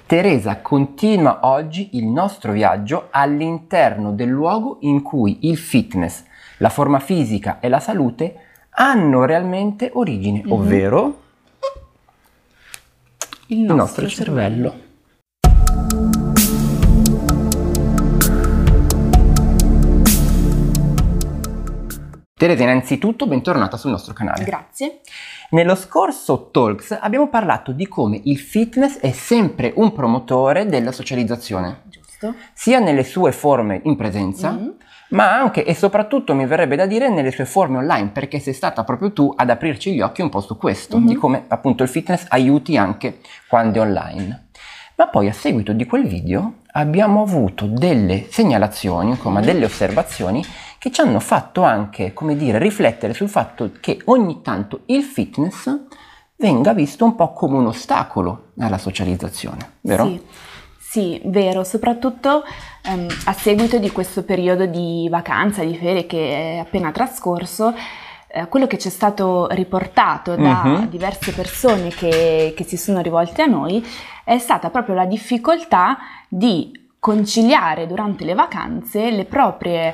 Teresa continua oggi il nostro viaggio all'interno del luogo in cui il fitness, la forma fisica e la salute hanno realmente origine, ovvero il nostro cervello. Teresa, innanzitutto bentornata sul nostro canale. Grazie. Nello scorso Talks abbiamo parlato di come il fitness è sempre un promotore della socializzazione. Giusto. Sia nelle sue forme in presenza, ma anche e soprattutto mi verrebbe da dire nelle sue forme online, perché sei stata proprio tu ad aprirci gli occhi un po' su questo, di come appunto il fitness aiuti anche quando è online. Ma poi a seguito di quel video abbiamo avuto delle segnalazioni, delle osservazioni che ci hanno fatto anche, come dire, riflettere sul fatto che ogni tanto il fitness venga visto un po' come un ostacolo alla socializzazione, vero? Sì, vero, soprattutto a seguito di questo periodo di vacanza, di ferie che è appena trascorso. Quello che ci è stato riportato da diverse persone che si sono rivolte a noi è stata proprio la difficoltà di conciliare durante le vacanze le proprie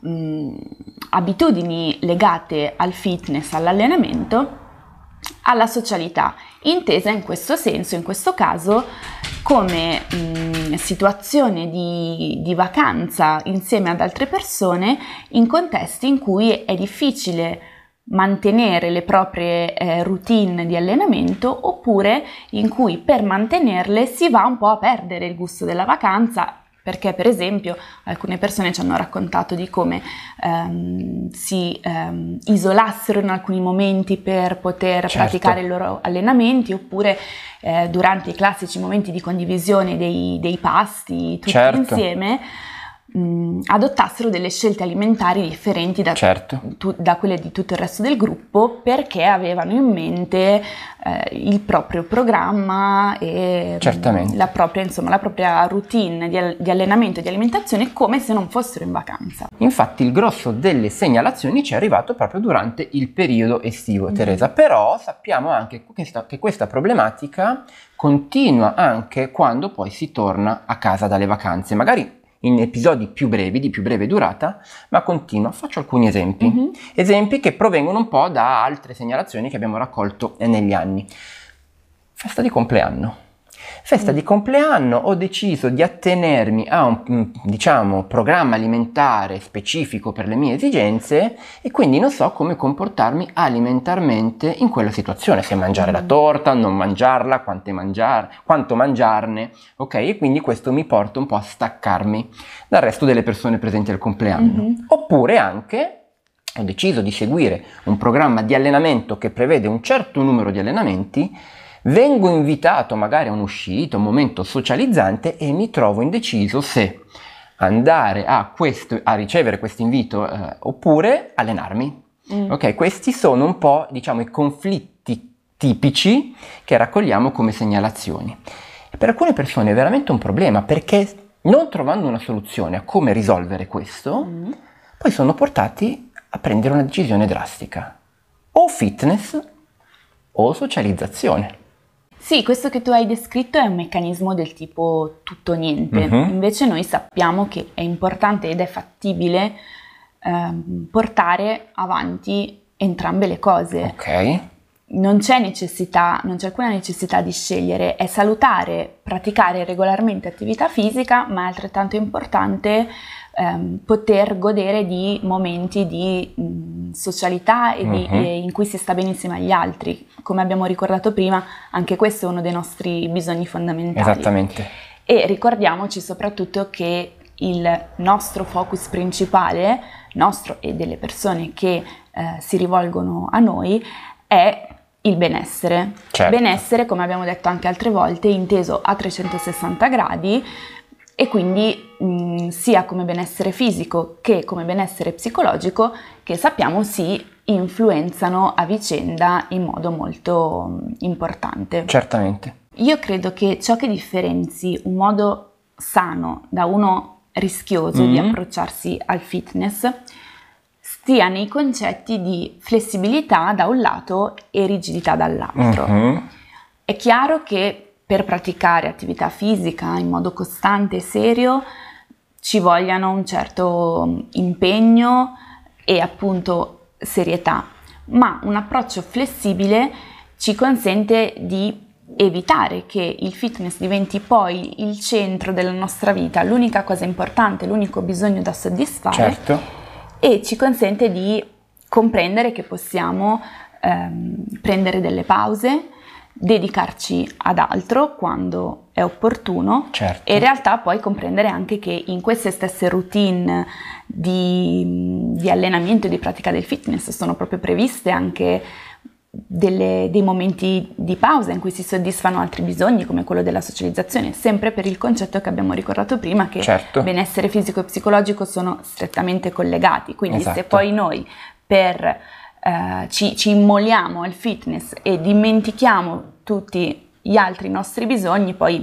abitudini legate al fitness, all'allenamento, alla socialità, intesa in questo senso, in questo caso, come situazione di vacanza insieme ad altre persone in contesti in cui è difficile mantenere le proprie routine di allenamento, oppure in cui per mantenerle si va un po' a perdere il gusto della vacanza, perché per esempio alcune persone ci hanno raccontato di come si isolassero in alcuni momenti per poter praticare i loro allenamenti, oppure durante i classici momenti di condivisione dei pasti tutti insieme adottassero delle scelte alimentari differenti da quelle di tutto il resto del gruppo, perché avevano in mente il proprio programma e la propria routine di allenamento e di alimentazione, come se non fossero in vacanza. Infatti il grosso delle segnalazioni ci è arrivato proprio durante il periodo estivo, Teresa, però sappiamo anche che questa problematica continua anche quando poi si torna a casa dalle vacanze, magari in episodi più brevi, di più breve durata, ma continua. Faccio alcuni esempi. Esempi che provengono un po' da altre segnalazioni che abbiamo raccolto negli anni. Festa di compleanno. Festa di compleanno, ho deciso di attenermi a un programma alimentare specifico per le mie esigenze e quindi non so come comportarmi alimentarmente in quella situazione, se mangiare la torta, non mangiarla, quanto mangiarne, ok? E quindi questo mi porta un po' a staccarmi dal resto delle persone presenti al compleanno. Oppure anche ho deciso di seguire un programma di allenamento che prevede un certo numero di allenamenti. Vengo invitato magari a un'uscita, un momento socializzante e mi trovo indeciso se andare a ricevere questo invito oppure allenarmi. Ok, questi sono un po', diciamo, i conflitti tipici che raccogliamo come segnalazioni. E per alcune persone è veramente un problema, perché non trovando una soluzione a come risolvere questo, poi sono portati a prendere una decisione drastica. O fitness o socializzazione. Sì, questo che tu hai descritto è un meccanismo del tipo tutto o niente. Invece noi sappiamo che è importante ed è fattibile portare avanti entrambe le cose. Ok. Non c'è alcuna necessità di scegliere. È salutare praticare regolarmente attività fisica, ma è altrettanto importante poter godere di momenti di socialità e in cui si sta bene insieme agli altri. Come abbiamo ricordato prima, anche questo è uno dei nostri bisogni fondamentali. Esattamente. E ricordiamoci soprattutto che il nostro focus principale, nostro e delle persone che si rivolgono a noi, è il benessere. Benessere, come abbiamo detto anche altre volte, inteso a 360 gradi, e quindi sia come benessere fisico che come benessere psicologico, che sappiamo si influenzano a vicenda in modo molto importante. Certamente. Io credo che ciò che differenzi un modo sano da uno rischioso di approcciarsi al fitness stia nei concetti di flessibilità da un lato e rigidità dall'altro. È chiaro che per praticare attività fisica in modo costante e serio ci vogliano un certo impegno e appunto serietà, ma un approccio flessibile ci consente di evitare che il fitness diventi poi il centro della nostra vita, l'unica cosa importante, l'unico bisogno da soddisfare, certo, e ci consente di comprendere che possiamo prendere delle pause, dedicarci ad altro quando è opportuno, certo. e in realtà poi comprendere anche che in queste stesse routine di allenamento e di pratica del fitness sono proprio previste anche dei momenti di pausa in cui si soddisfano altri bisogni, come quello della socializzazione, sempre per il concetto che abbiamo ricordato prima, che certo, benessere fisico e psicologico sono strettamente collegati. Quindi esatto, se poi noi ci immoliamo al fitness e dimentichiamo tutti gli altri nostri bisogni, poi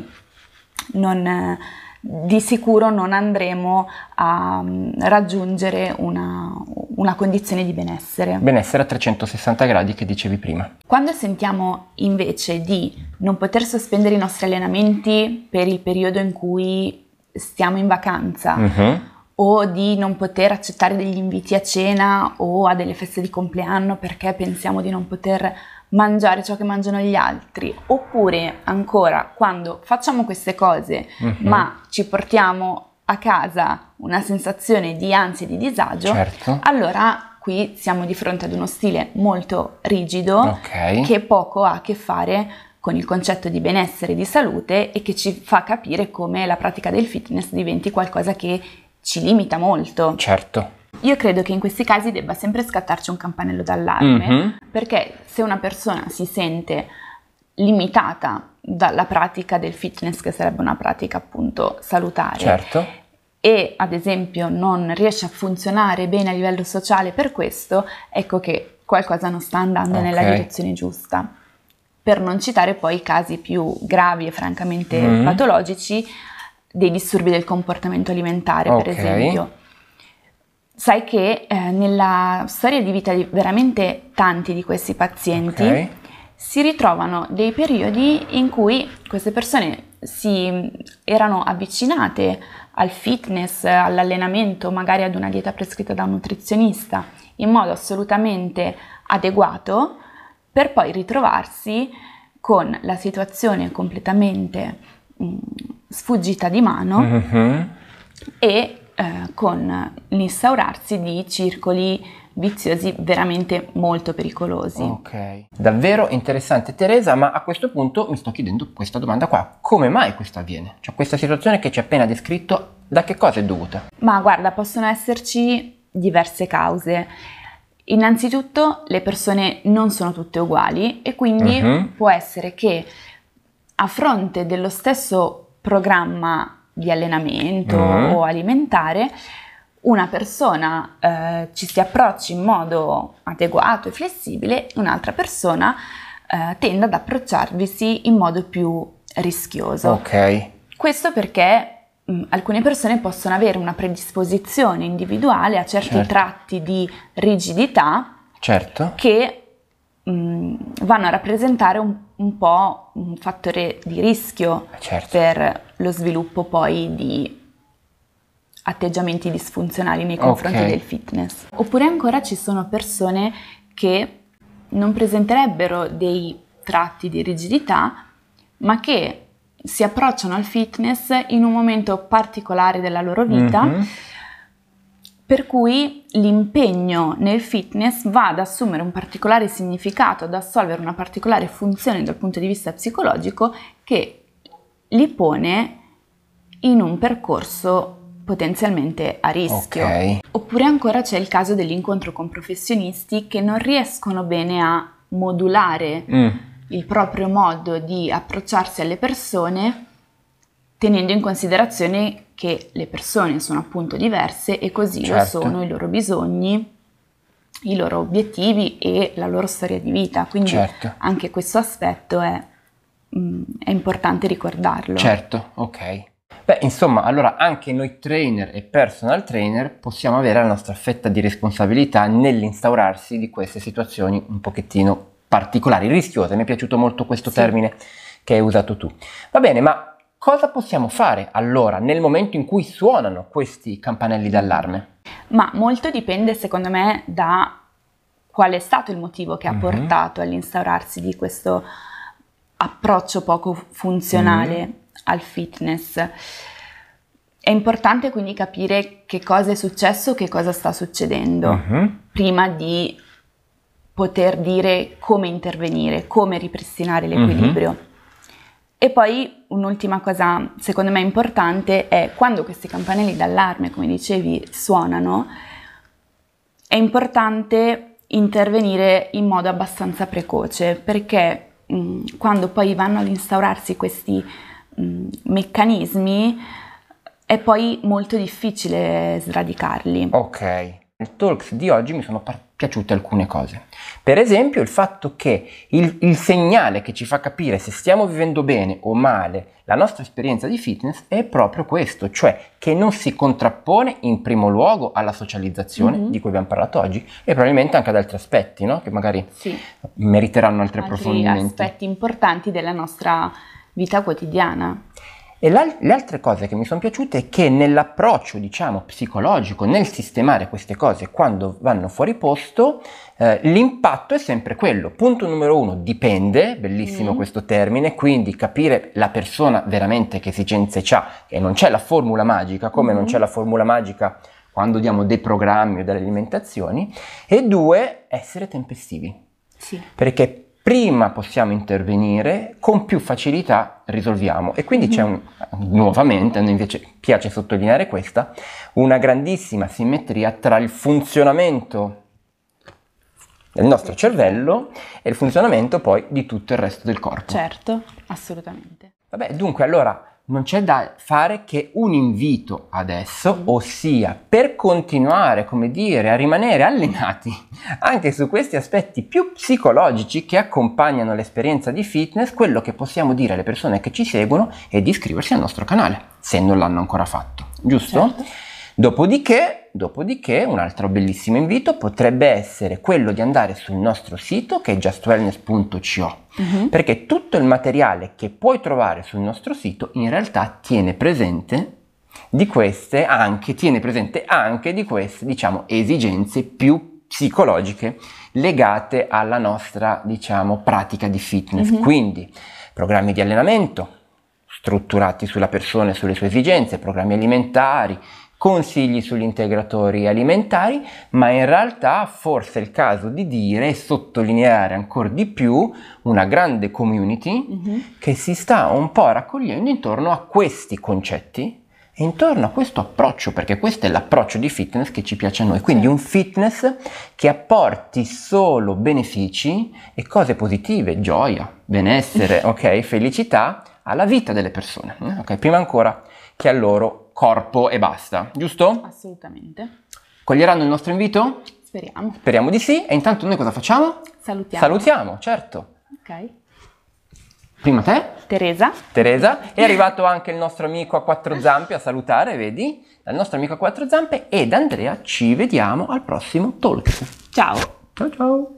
di sicuro non andremo a raggiungere una condizione di benessere. Benessere a 360 gradi che dicevi prima. Quando sentiamo invece di non poter sospendere i nostri allenamenti per il periodo in cui stiamo in vacanza, o di non poter accettare degli inviti a cena o a delle feste di compleanno perché pensiamo di non poter mangiare ciò che mangiano gli altri, oppure ancora quando facciamo queste cose ma ci portiamo a casa una sensazione di ansia e di disagio, certo, allora qui siamo di fronte ad uno stile molto rigido, che poco ha a che fare con il concetto di benessere e di salute, e che ci fa capire come la pratica del fitness diventi qualcosa che ci limita molto. certo. Io credo che in questi casi debba sempre scattarci un campanello d'allarme, perché se una persona si sente limitata dalla pratica del fitness, che sarebbe una pratica appunto salutare, certo, e ad esempio non riesce a funzionare bene a livello sociale per questo, ecco che qualcosa non sta andando nella direzione giusta. Per non citare poi i casi più gravi e francamente patologici dei disturbi del comportamento alimentare, per esempio. Sai che nella storia di vita di veramente tanti di questi pazienti si ritrovano dei periodi in cui queste persone si erano avvicinate al fitness, all'allenamento, magari ad una dieta prescritta da un nutrizionista in modo assolutamente adeguato, per poi ritrovarsi con la situazione completamente sfuggita di mano e con l'instaurarsi di circoli viziosi veramente molto pericolosi. Ok, davvero interessante Teresa, ma a questo punto mi sto chiedendo questa domanda qua: come mai questo avviene? Cioè questa situazione che ci hai appena descritto, da che cosa è dovuta? Ma guarda, possono esserci diverse cause. Innanzitutto le persone non sono tutte uguali e quindi può essere che a fronte dello stesso programma di allenamento o alimentare, una persona ci si approcci in modo adeguato e flessibile, un'altra persona tende ad approcciarvisi in modo più rischioso. Ok. Questo perché alcune persone possono avere una predisposizione individuale a certi tratti di rigidità che vanno a rappresentare un po' un fattore di rischio per lo sviluppo poi di atteggiamenti disfunzionali nei confronti del fitness. Oppure ancora ci sono persone che non presenterebbero dei tratti di rigidità, ma che si approcciano al fitness in un momento particolare della loro vita, per cui l'impegno nel fitness va ad assumere un particolare significato, ad assolvere una particolare funzione dal punto di vista psicologico che li pone in un percorso potenzialmente a rischio. Oppure ancora c'è il caso dell'incontro con professionisti che non riescono bene a modulare il proprio modo di approcciarsi alle persone, tenendo in considerazione che le persone sono appunto diverse e così lo sono i loro bisogni, i loro obiettivi e la loro storia di vita. Quindi anche questo aspetto è importante ricordarlo. Ok. Beh, insomma, allora anche noi trainer e personal trainer possiamo avere la nostra fetta di responsabilità nell'instaurarsi di queste situazioni un pochettino particolari, rischiose. Mi è piaciuto molto questo termine che hai usato tu. Va bene, ma cosa possiamo fare allora nel momento in cui suonano questi campanelli d'allarme? Ma molto dipende secondo me da qual è stato il motivo che ha portato all'instaurarsi di questo approccio poco funzionale al fitness. È importante quindi capire che cosa è successo, che cosa sta succedendo, prima di poter dire come intervenire, come ripristinare l'equilibrio. E poi un'ultima cosa secondo me importante è quando questi campanelli d'allarme, come dicevi, suonano, è importante intervenire in modo abbastanza precoce, perché quando poi vanno ad instaurarsi questi meccanismi è poi molto difficile sradicarli. Ok. Nel Talks di oggi mi sono piaciute alcune cose. Per esempio il fatto che il segnale che ci fa capire se stiamo vivendo bene o male la nostra esperienza di fitness è proprio questo, cioè che non si contrappone in primo luogo alla socializzazione di cui abbiamo parlato oggi e probabilmente anche ad altri aspetti, no? Che magari meriteranno altri approfondimenti. Aspetti importanti della nostra vita quotidiana. E le altre cose che mi sono piaciute è che nell'approccio, diciamo, psicologico, nel sistemare queste cose quando vanno fuori posto, l'impatto è sempre quello. Punto numero 1, dipende, bellissimo questo termine, quindi capire la persona veramente che esigenze c'ha, e non c'è la formula magica, come non c'è la formula magica quando diamo dei programmi o delle alimentazioni, e 2, essere tempestivi. Sì. Perché prima possiamo intervenire, con più facilità risolviamo. E quindi c'è nuovamente, a noi invece piace sottolineare questa, una grandissima simmetria tra il funzionamento del nostro cervello e il funzionamento poi di tutto il resto del corpo. Certo, assolutamente. Vabbè, dunque allora non c'è da fare che un invito adesso, ossia per continuare, come dire, a rimanere allenati anche su questi aspetti più psicologici che accompagnano l'esperienza di fitness, quello che possiamo dire alle persone che ci seguono è di iscriversi al nostro canale, se non l'hanno ancora fatto, giusto? Certo. Dopodiché, un altro bellissimo invito potrebbe essere quello di andare sul nostro sito che è justwellness.co, perché tutto il materiale che puoi trovare sul nostro sito in realtà tiene presente anche di queste, diciamo, esigenze più psicologiche legate alla nostra, diciamo, pratica di fitness. Quindi programmi di allenamento strutturati sulla persona e sulle sue esigenze, programmi alimentari, consigli sugli integratori alimentari, ma in realtà forse è il caso di dire e sottolineare ancora di più una grande community che si sta un po' raccogliendo intorno a questi concetti e intorno a questo approccio, perché questo è l'approccio di fitness che ci piace a noi, quindi un fitness che apporti solo benefici e cose positive, gioia, benessere, ok, felicità alla vita delle persone, ok, prima ancora che al loro corpo e basta, giusto? Assolutamente. Coglieranno il nostro invito? Speriamo. Speriamo di sì. E intanto noi cosa facciamo? Salutiamo, certo. Ok. Prima te? Teresa. È arrivato anche il nostro amico a quattro zampe a salutare, vedi? Dal nostro amico a quattro zampe ed Andrea ci vediamo al prossimo Talk. Ciao. Ciao ciao.